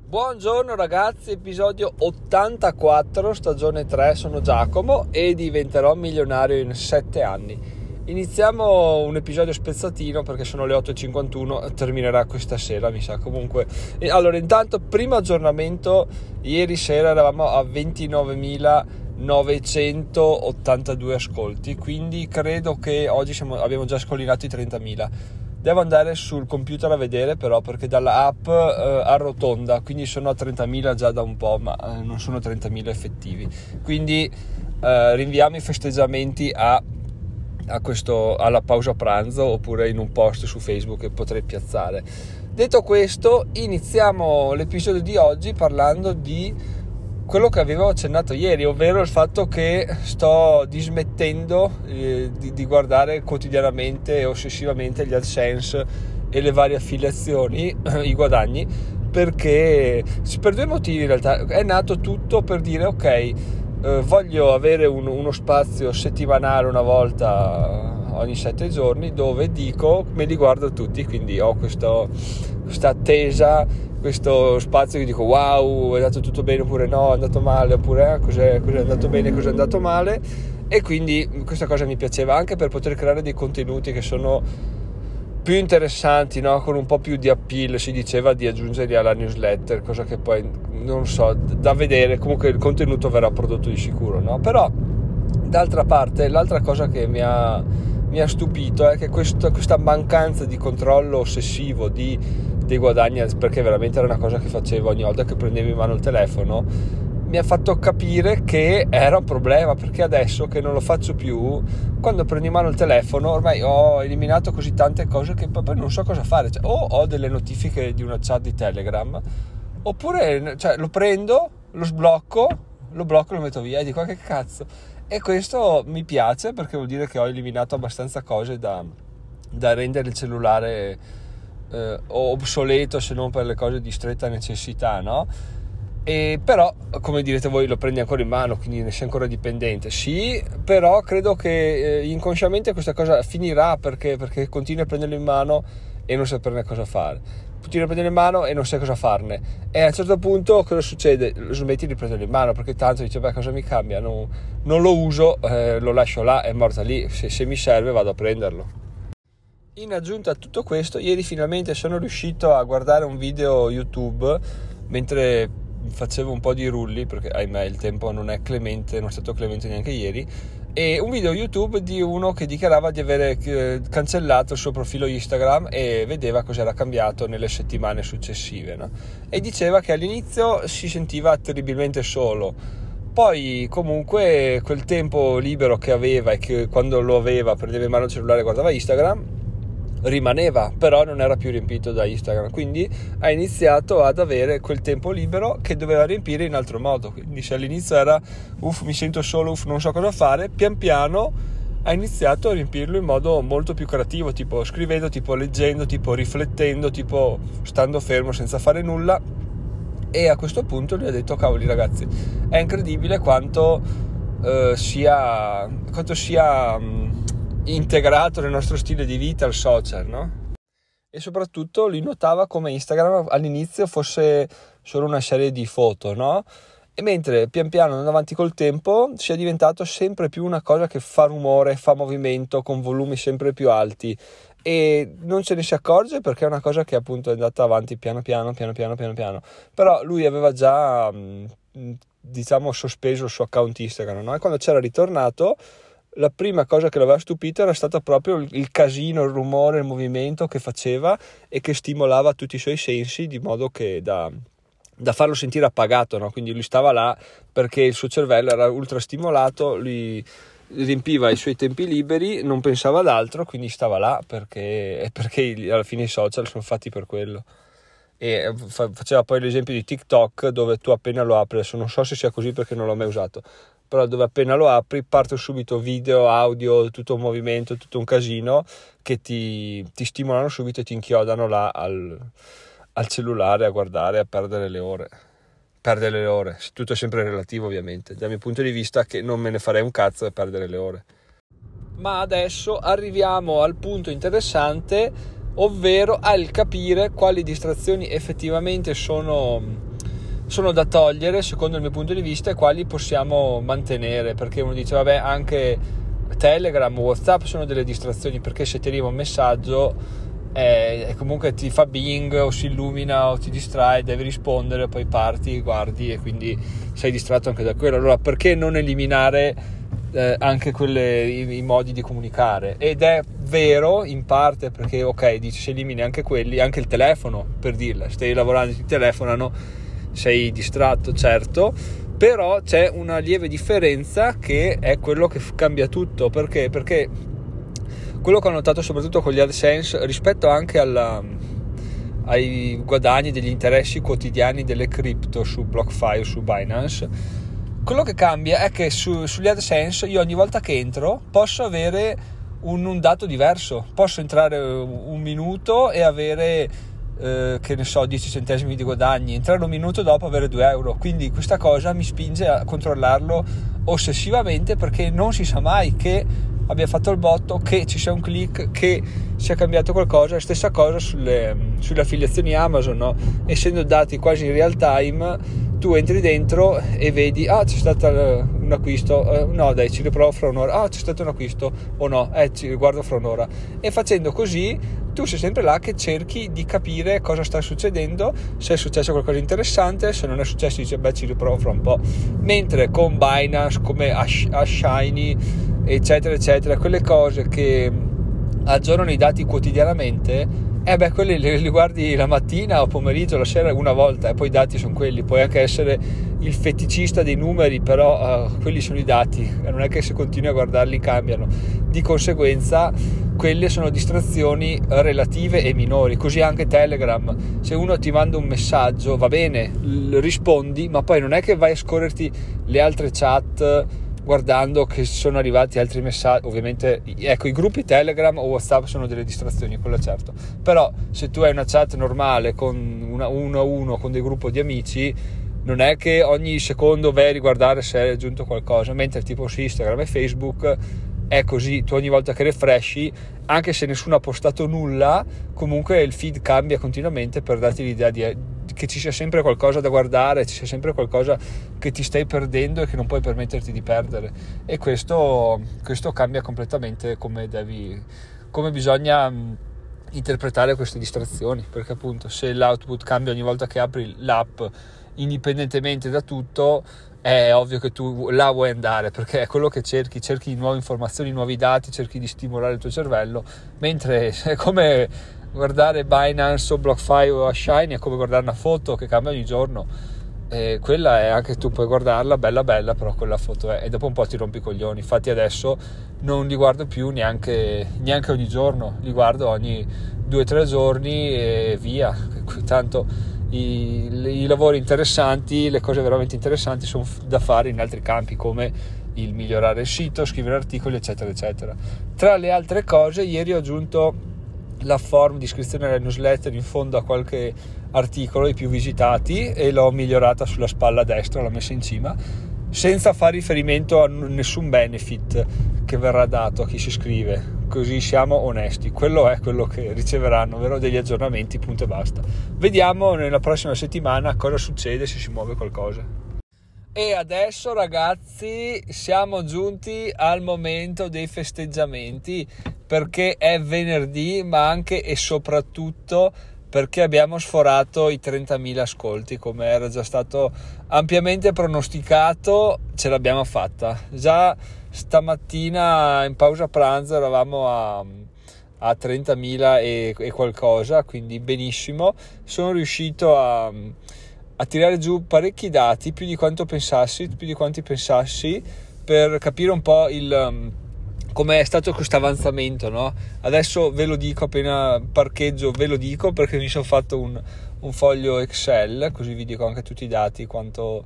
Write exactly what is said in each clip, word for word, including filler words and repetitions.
Buongiorno ragazzi, episodio ottantaquattro, stagione tre, sono Giacomo e diventerò milionario in sette anni. Iniziamo un episodio spezzatino perché sono le otto e cinquantuno, terminerà questa sera mi sa comunque. E allora intanto, primo aggiornamento, ieri sera eravamo a ventinovemilanovecentoottantadue ascolti, quindi credo che oggi siamo, abbiamo già scollinato i trentamila. Devo andare sul computer a vedere però, perché dalla app eh, arrotonda, quindi sono a trentamila già da un po', ma eh, non sono trentamila effettivi. Quindi eh, rinviamo i festeggiamenti a, a questo, alla pausa pranzo, oppure in un post su Facebook che potrei piazzare. Detto questo, iniziamo l'episodio di oggi parlando di quello che avevo accennato ieri, ovvero il fatto che sto dismettendo eh, di, di guardare quotidianamente e ossessivamente gli AdSense e le varie affiliazioni, i guadagni, perché per due motivi in realtà. È nato tutto per dire ok, eh, voglio avere un, uno spazio settimanale una volta ogni sette giorni dove dico me li guardo tutti, quindi ho questo, questa attesa, questo spazio che dico wow, è andato tutto bene oppure no, è andato male oppure eh, cos'è, cos'è andato bene, cos'è andato male. E quindi questa cosa mi piaceva anche per poter creare dei contenuti che sono più interessanti, no? Con un po' più di appeal. Si diceva di aggiungerli alla newsletter, cosa che poi non so, da vedere. Comunque il contenuto verrà prodotto di sicuro, no? Però d'altra parte l'altra cosa che mi ha, mi ha stupito è che questo, questa mancanza di controllo ossessivo di dei guadagni, perché veramente era una cosa che facevo ogni volta che prendevo in mano il telefono, mi ha fatto capire che era un problema, perché adesso che non lo faccio più, quando prendo in mano il telefono ormai ho eliminato così tante cose che poi non so cosa fare, cioè, o ho delle notifiche di una chat di Telegram, oppure cioè, lo prendo, lo sblocco, lo blocco e lo metto via e dico che cazzo. E questo mi piace perché vuol dire che ho eliminato abbastanza cose da, da rendere il cellulare eh, obsoleto, se non per le cose di stretta necessità, no? E però, come direte voi, lo prendi ancora in mano, quindi ne sei ancora dipendente. Sì, però credo che eh, inconsciamente questa cosa finirà, perché, perché continui a prenderlo in mano e non saperne cosa fare. Continui a prenderlo in mano e non sai cosa farne. E a un certo punto cosa succede? Smetti di prenderlo in mano, perché tanto dici, beh, cosa mi cambia? Non, non lo uso, eh, lo lascio là, è morta lì. Se, se mi serve vado a prenderlo. In aggiunta a tutto questo, ieri finalmente sono riuscito a guardare un video YouTube mentre facevo un po' di rulli, perché ahimè il tempo non è clemente, non è stato clemente neanche ieri, e un video YouTube di uno che dichiarava di avere cancellato il suo profilo Instagram e vedeva cos'era cambiato nelle settimane successive, no? E diceva che all'inizio si sentiva terribilmente solo, poi comunque quel tempo libero che aveva e che quando lo aveva prendeva in mano il cellulare e guardava Instagram rimaneva, però non era più riempito da Instagram, quindi ha iniziato ad avere quel tempo libero che doveva riempire in altro modo. Quindi se all'inizio era uff mi sento solo, uff non so cosa fare, pian piano ha iniziato a riempirlo in modo molto più creativo, tipo scrivendo, tipo leggendo, tipo riflettendo, tipo stando fermo senza fare nulla. E a questo punto gli ho detto cavoli ragazzi, è incredibile quanto eh, sia quanto sia mh, integrato nel nostro stile di vita il social, no? E soprattutto lui notava come Instagram all'inizio fosse solo una serie di foto, no? E mentre pian piano andando avanti col tempo sia diventato sempre più una cosa che fa rumore, fa movimento, con volumi sempre più alti, e non se ne si accorge perché è una cosa che appunto è andata avanti piano piano piano piano piano piano. Però lui aveva già diciamo sospeso il suo account Instagram, no? E quando c'era ritornato, la prima cosa che l'aveva stupito era stato proprio il casino, il rumore, il movimento che faceva e che stimolava tutti i suoi sensi, di modo che da, da farlo sentire appagato, no? Quindi lui stava là perché il suo cervello era ultra stimolato, lui riempiva i suoi tempi liberi, non pensava ad altro, quindi stava là perché, perché alla fine i social sono fatti per quello. E faceva poi l'esempio di TikTok, dove tu appena lo apri, adesso non so se sia così perché non l'ho mai usato, però dove appena lo apri parte subito video, audio, tutto un movimento, tutto un casino che ti, ti stimolano subito e ti inchiodano là al, al cellulare a guardare, a perdere le ore. Perdere le ore, tutto è sempre relativo ovviamente, dal mio punto di vista che non me ne farei un cazzo e perdere le ore. Ma adesso arriviamo al punto interessante, ovvero al capire quali distrazioni effettivamente sono sono da togliere secondo il mio punto di vista e quali possiamo mantenere, perché uno dice vabbè, anche Telegram o WhatsApp sono delle distrazioni, perché se ti arriva un messaggio e eh, comunque ti fa bing o si illumina o ti distrae, devi rispondere, poi parti, guardi e quindi sei distratto anche da quello. Allora perché non eliminare eh, anche quelle, i, i modi di comunicare? Ed è vero in parte, perché ok, dici se elimini anche quelli, anche il telefono, per dirla, stai lavorando, ti telefonano, sei distratto, certo, però c'è una lieve differenza che è quello che cambia tutto. Perché? Perché quello che ho notato soprattutto con gli AdSense rispetto anche alla, ai guadagni degli interessi quotidiani delle cripto su BlockFi o su Binance, quello che cambia è che su, sugli AdSense io ogni volta che entro posso avere un, un dato diverso, posso entrare un minuto e avere eh, che ne so dieci centesimi di guadagni, entrare un minuto dopo avere due euro, quindi questa cosa mi spinge a controllarlo ossessivamente, perché non si sa mai che abbia fatto il botto, che ci sia un click, che sia cambiato qualcosa. Stessa cosa sulle, sulle affiliazioni Amazon, no? Essendo dati quasi in real time, tu entri dentro e vedi ah c'è stato un acquisto, eh, no dai ci riprovo fra un'ora, ah c'è stato un acquisto o no, eh ci guardo fra un'ora, e facendo così tu sei sempre là che cerchi di capire cosa sta succedendo, se è successo qualcosa di interessante, se non è successo dice beh ci riprovo fra un po'. Mentre con Binance, come Shiny eccetera eccetera, quelle cose che aggiornano i dati quotidianamente, eh beh quelli li, li guardi la mattina o pomeriggio, la sera una volta, e poi i dati sono quelli. Puoi anche essere il feticista dei numeri, però uh, quelli sono i dati, non è che se continui a guardarli cambiano. Di conseguenza quelle sono distrazioni relative e minori. Così anche Telegram, se uno ti manda un messaggio va bene, l- rispondi, ma poi non è che vai a scorrerti le altre chat guardando che sono arrivati altri messaggi. Ovviamente ecco, i gruppi Telegram o WhatsApp sono delle distrazioni, quello certo, però se tu hai una chat normale con una, uno a uno con dei gruppi di amici, non è che ogni secondo vai a riguardare se è aggiunto qualcosa, mentre tipo su Instagram e Facebook è così, tu ogni volta che refreshi, anche se nessuno ha postato nulla, comunque il feed cambia continuamente per darti l'idea di che ci sia sempre qualcosa da guardare, ci sia sempre qualcosa che ti stai perdendo e che non puoi permetterti di perdere. E questo, questo cambia completamente come devi, come bisogna interpretare queste distrazioni, perché appunto se l'output cambia ogni volta che apri l'app indipendentemente da tutto, è ovvio che tu là vuoi andare, perché è quello che cerchi, cerchi nuove informazioni, nuovi dati, cerchi di stimolare il tuo cervello, mentre è come guardare Binance o BlockFi o Shiny, è come guardare una foto che cambia ogni giorno, e quella è, anche tu puoi guardarla bella bella, però quella foto è, e dopo un po' ti rompi i coglioni. Infatti adesso non li guardo più neanche, neanche ogni giorno, li guardo ogni due o tre giorni e via, tanto i, i lavori interessanti, le cose veramente interessanti sono da fare in altri campi, come il migliorare il sito, scrivere articoli eccetera eccetera. Tra le altre cose, ieri ho aggiunto la form di iscrizione alla newsletter in fondo a qualche articolo, i più visitati, e l'ho migliorata sulla spalla destra, l'ho messa in cima, senza fare riferimento a nessun benefit che verrà dato a chi si iscrive, così siamo onesti. Quello è quello che riceveranno, ovvero degli aggiornamenti, punto e basta. Vediamo nella prossima settimana cosa succede, se si muove qualcosa. E adesso ragazzi siamo giunti al momento dei festeggiamenti, perché è venerdì, ma anche e soprattutto perché abbiamo sforato i trentamila ascolti, come era già stato ampiamente pronosticato. Ce l'abbiamo fatta. Già stamattina in pausa pranzo eravamo a, a trentamila e, e qualcosa, quindi benissimo. Sono riuscito a a tirare giù parecchi dati, più di quanto pensassi, più di quanti pensassi, per capire un po' il um, come è stato questo avanzamento, no? Adesso ve lo dico, appena parcheggio ve lo dico, perché mi sono fatto un, un foglio Excel, così vi dico anche tutti i dati, quanto,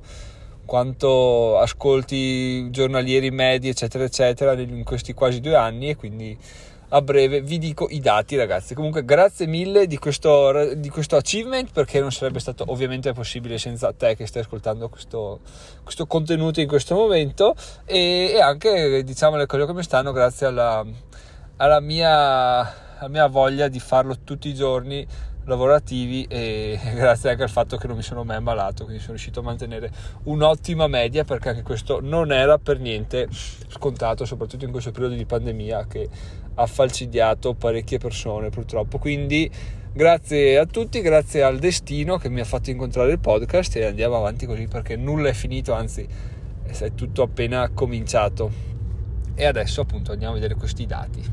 quanto ascolti giornalieri medi eccetera eccetera in questi quasi due anni, e quindi a breve vi dico i dati ragazzi. Comunque grazie mille di questo, di questo achievement, perché non sarebbe stato ovviamente possibile senza te che stai ascoltando questo, questo contenuto in questo momento, e, e anche diciamo le cose come stanno grazie alla, alla, mia, alla mia voglia di farlo tutti i giorni, lavorativi, e grazie anche al fatto che non mi sono mai ammalato, quindi sono riuscito a mantenere un'ottima media, perché anche questo non era per niente scontato, soprattutto in questo periodo di pandemia che ha falcidiato parecchie persone purtroppo. Quindi grazie a tutti, grazie al destino che mi ha fatto incontrare il podcast, e andiamo avanti così, perché nulla è finito, anzi è tutto appena cominciato. E adesso appunto andiamo a vedere questi dati.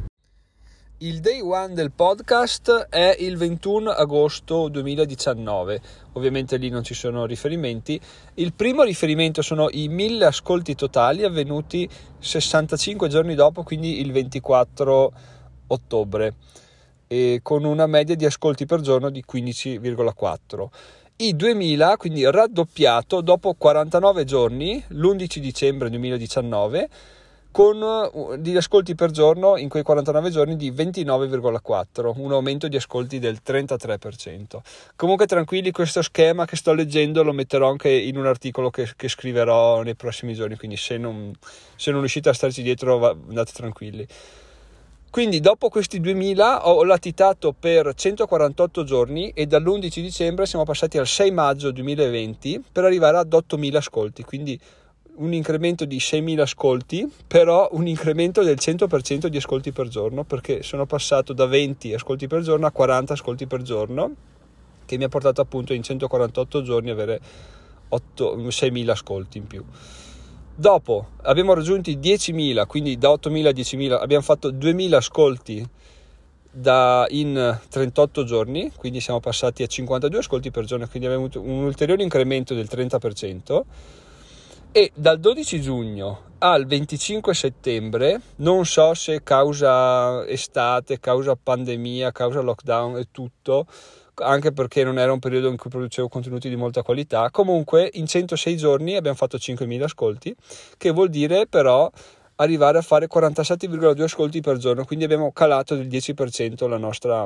Il day one del podcast è il ventuno agosto duemiladiciannove, ovviamente lì non ci sono riferimenti. Il primo riferimento sono i mille ascolti totali avvenuti sessantacinque giorni dopo, quindi il ventiquattro ottobre, e con una media di ascolti per giorno di quindici virgola quattro. I duemila, quindi raddoppiato dopo quarantanove giorni, l'undici dicembre duemiladiciannove, con di ascolti per giorno in quei quarantanove giorni di ventinove virgola quattro, un aumento di ascolti del trentatré per cento. Comunque tranquilli, questo schema che sto leggendo lo metterò anche in un articolo che, che scriverò nei prossimi giorni, quindi se non, se non riuscite a starci dietro va, andate tranquilli. Quindi dopo questi duemila ho latitato per centoquarantotto giorni, e dall'undici dicembre siamo passati al sei maggio duemilaventi per arrivare ad ottomila ascolti, quindi un incremento di seimila ascolti, però un incremento del cento per cento di ascolti per giorno, perché sono passato da venti ascolti per giorno a quaranta ascolti per giorno, che mi ha portato appunto in centoquarantotto giorni a avere seimila ascolti in più. Dopo abbiamo raggiunto i diecimila, quindi da ottomila a diecimila abbiamo fatto duemila ascolti da in trentotto giorni, quindi siamo passati a cinquantadue ascolti per giorno, quindi abbiamo avuto un ulteriore incremento del trenta per cento. E dal dodici giugno al venticinque settembre, non so se causa estate, causa pandemia, causa lockdown e tutto, anche perché non era un periodo in cui producevo contenuti di molta qualità, comunque in centosei giorni abbiamo fatto cinquemila ascolti, che vuol dire però arrivare a fare quarantasette virgola due ascolti per giorno, quindi abbiamo calato del dieci per cento la nostra,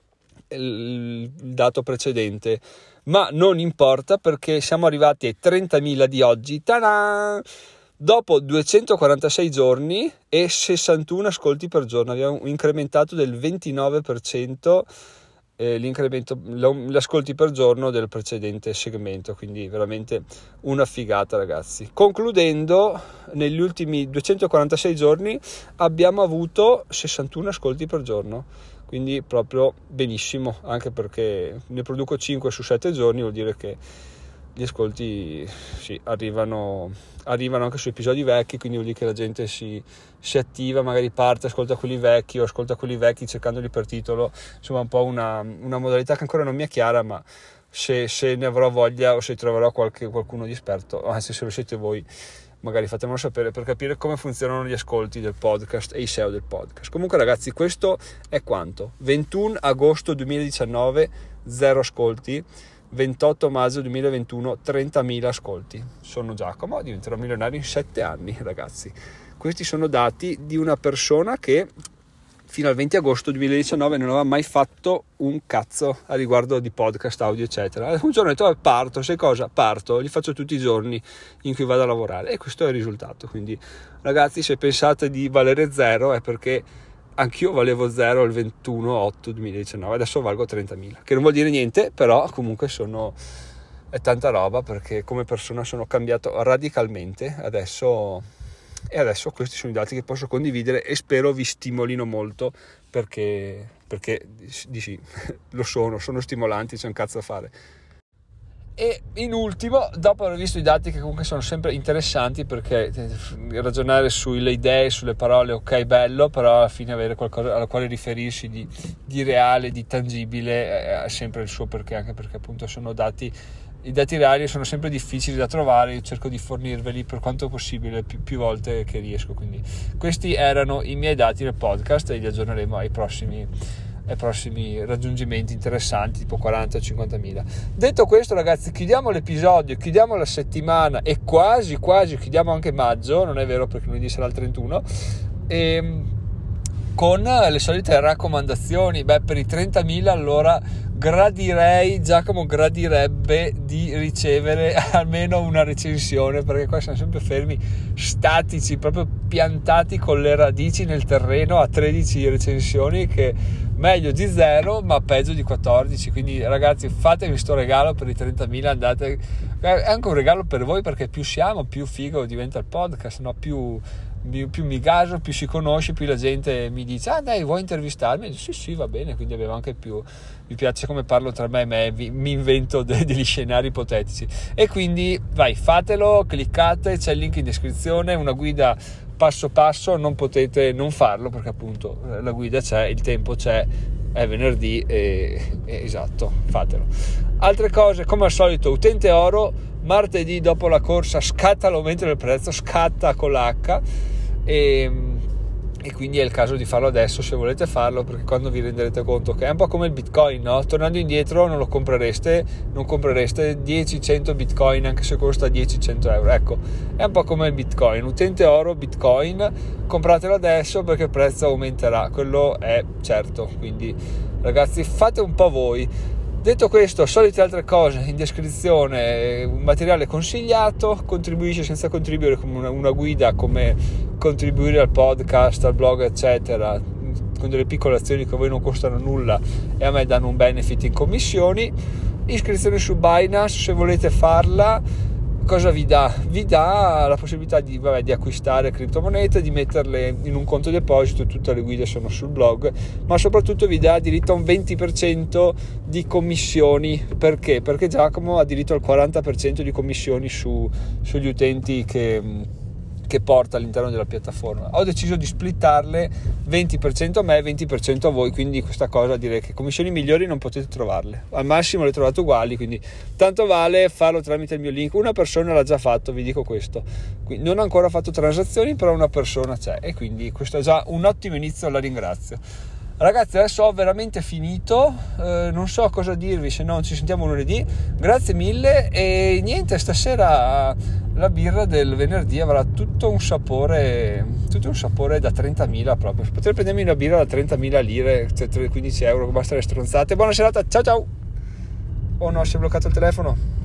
il dato precedente. Ma non importa, perché siamo arrivati ai trentamila di oggi, ta-da! Dopo duecentoquarantasei giorni e sessantuno ascolti per giorno. Abbiamo incrementato del ventinove per cento eh, l'incremento, gli ascolti per giorno del precedente segmento, quindi veramente una figata, ragazzi. Concludendo, negli ultimi duecentoquarantasei giorni abbiamo avuto sessantuno ascolti per giorno, quindi proprio benissimo, anche perché ne produco cinque su sette giorni, vuol dire che gli ascolti sì, arrivano, arrivano anche su episodi vecchi, quindi vuol dire che la gente si, si attiva, magari parte, ascolta quelli vecchi o ascolta quelli vecchi cercandoli per titolo, insomma un po' una, una modalità che ancora non mi è chiara, ma se, se ne avrò voglia o se troverò qualche, qualcuno di esperto, anzi se lo siete voi, magari fatemelo sapere per capire come funzionano gli ascolti del podcast e i S E O del podcast. Comunque ragazzi, questo è quanto. ventuno agosto duemiladiciannove, zero ascolti. ventotto maggio duemilaventuno, trentamila ascolti. Sono Giacomo, diventerò milionario in sette anni, ragazzi. Questi sono dati di una persona che fino al venti agosto duemiladiciannove non aveva mai fatto un cazzo a riguardo di podcast, audio eccetera. Un giorno ho detto, parto, sai cosa? Parto, li faccio tutti i giorni in cui vado a lavorare, e questo è il risultato. Quindi ragazzi, se pensate di valere zero è perché anch'io valevo zero il ventuno otto duemiladiciannove, adesso valgo trentamila, che non vuol dire niente, però comunque sono è tanta roba, perché come persona sono cambiato radicalmente adesso. E adesso questi sono i dati che posso condividere e spero vi stimolino molto, perché, perché dici, lo sono, sono stimolanti, c'è un cazzo da fare. E in ultimo, dopo aver visto i dati che comunque sono sempre interessanti, perché ragionare sulle idee, sulle parole, ok, bello, però alla fine avere qualcosa alla quale riferirsi di, di reale, di tangibile, è sempre il suo perché, anche perché appunto sono dati. I dati reali sono sempre difficili da trovare, io cerco di fornirveli per quanto possibile più, più volte che riesco, quindi questi erano i miei dati del podcast e li aggiorneremo ai prossimi, ai prossimi raggiungimenti interessanti, tipo quaranta o cinquantamila. Detto questo ragazzi, chiudiamo l'episodio, chiudiamo la settimana e quasi quasi chiudiamo anche maggio, non è vero perché lunedì sarà il trentuno, e con le solite raccomandazioni. Beh, per i trentamila allora gradirei, Giacomo gradirebbe di ricevere almeno una recensione, perché qua siamo sempre fermi, statici, proprio piantati con le radici nel terreno a tredici recensioni, che meglio di zero ma peggio di quattordici. Quindi ragazzi, fatemi sto regalo per i trentamila, andate, è anche un regalo per voi, perché più siamo più figo diventa il podcast, no? più più mi gaso, più si conosce, più la gente mi dice ah dai, vuoi intervistarmi? E dico, sì sì, va bene. Quindi avevo anche più, mi piace come parlo tra me e me, mi invento de- degli scenari ipotetici. E quindi vai, fatelo, cliccate, c'è il link in descrizione, una guida passo passo, non potete non farlo, perché appunto la guida c'è, il tempo c'è, è venerdì e, e esatto, fatelo. Altre cose, come al solito, utente oro, martedì dopo la corsa scatta l'aumento del prezzo, scatta con l'H, e, e quindi è il caso di farlo adesso se volete farlo, perché quando vi renderete conto che è un po' come il Bitcoin, no? Tornando indietro non lo comprereste, non comprereste dieci cento Bitcoin anche se costa dieci cento euro. Ecco, è un po' come il Bitcoin, utente oro Bitcoin, compratelo adesso perché il prezzo aumenterà, quello è certo. Quindi ragazzi, fate un po' voi. Detto questo, solite altre cose in descrizione, un materiale consigliato, contribuisce senza contribuire, come una, una guida, come contribuire al podcast, al blog eccetera, con delle piccole azioni che a voi non costano nulla e a me danno un benefit in commissioni. Iscrizione su Binance, se volete farla, cosa vi dà? Vi dà la possibilità di, vabbè, di acquistare criptomonete, di metterle in un conto deposito, tutte le guide sono sul blog, ma soprattutto vi dà diritto a un venti per cento di commissioni. Perché? Perché Giacomo ha diritto al quaranta per cento di commissioni su, sugli utenti che, che porta all'interno della piattaforma. Ho deciso di splittarle, venti per cento a me, venti per cento a voi, quindi questa cosa direi che commissioni migliori non potete trovarle, al massimo le trovate uguali, quindi tanto vale farlo tramite il mio link. Una persona l'ha già fatto, vi dico questo, quindi non ho ancora fatto transazioni, però una persona c'è, e quindi questo è già un ottimo inizio, la ringrazio. Ragazzi, adesso ho veramente finito, eh, non so cosa dirvi, se no ci sentiamo lunedì. Grazie mille, e niente, stasera la birra del venerdì avrà tutto un sapore, tutto un sapore da trentamila proprio. Potrei prendermi una birra da trentamila lire, cioè quindici euro, basta le stronzate. Buona serata, ciao ciao. Oh no, si è bloccato il telefono.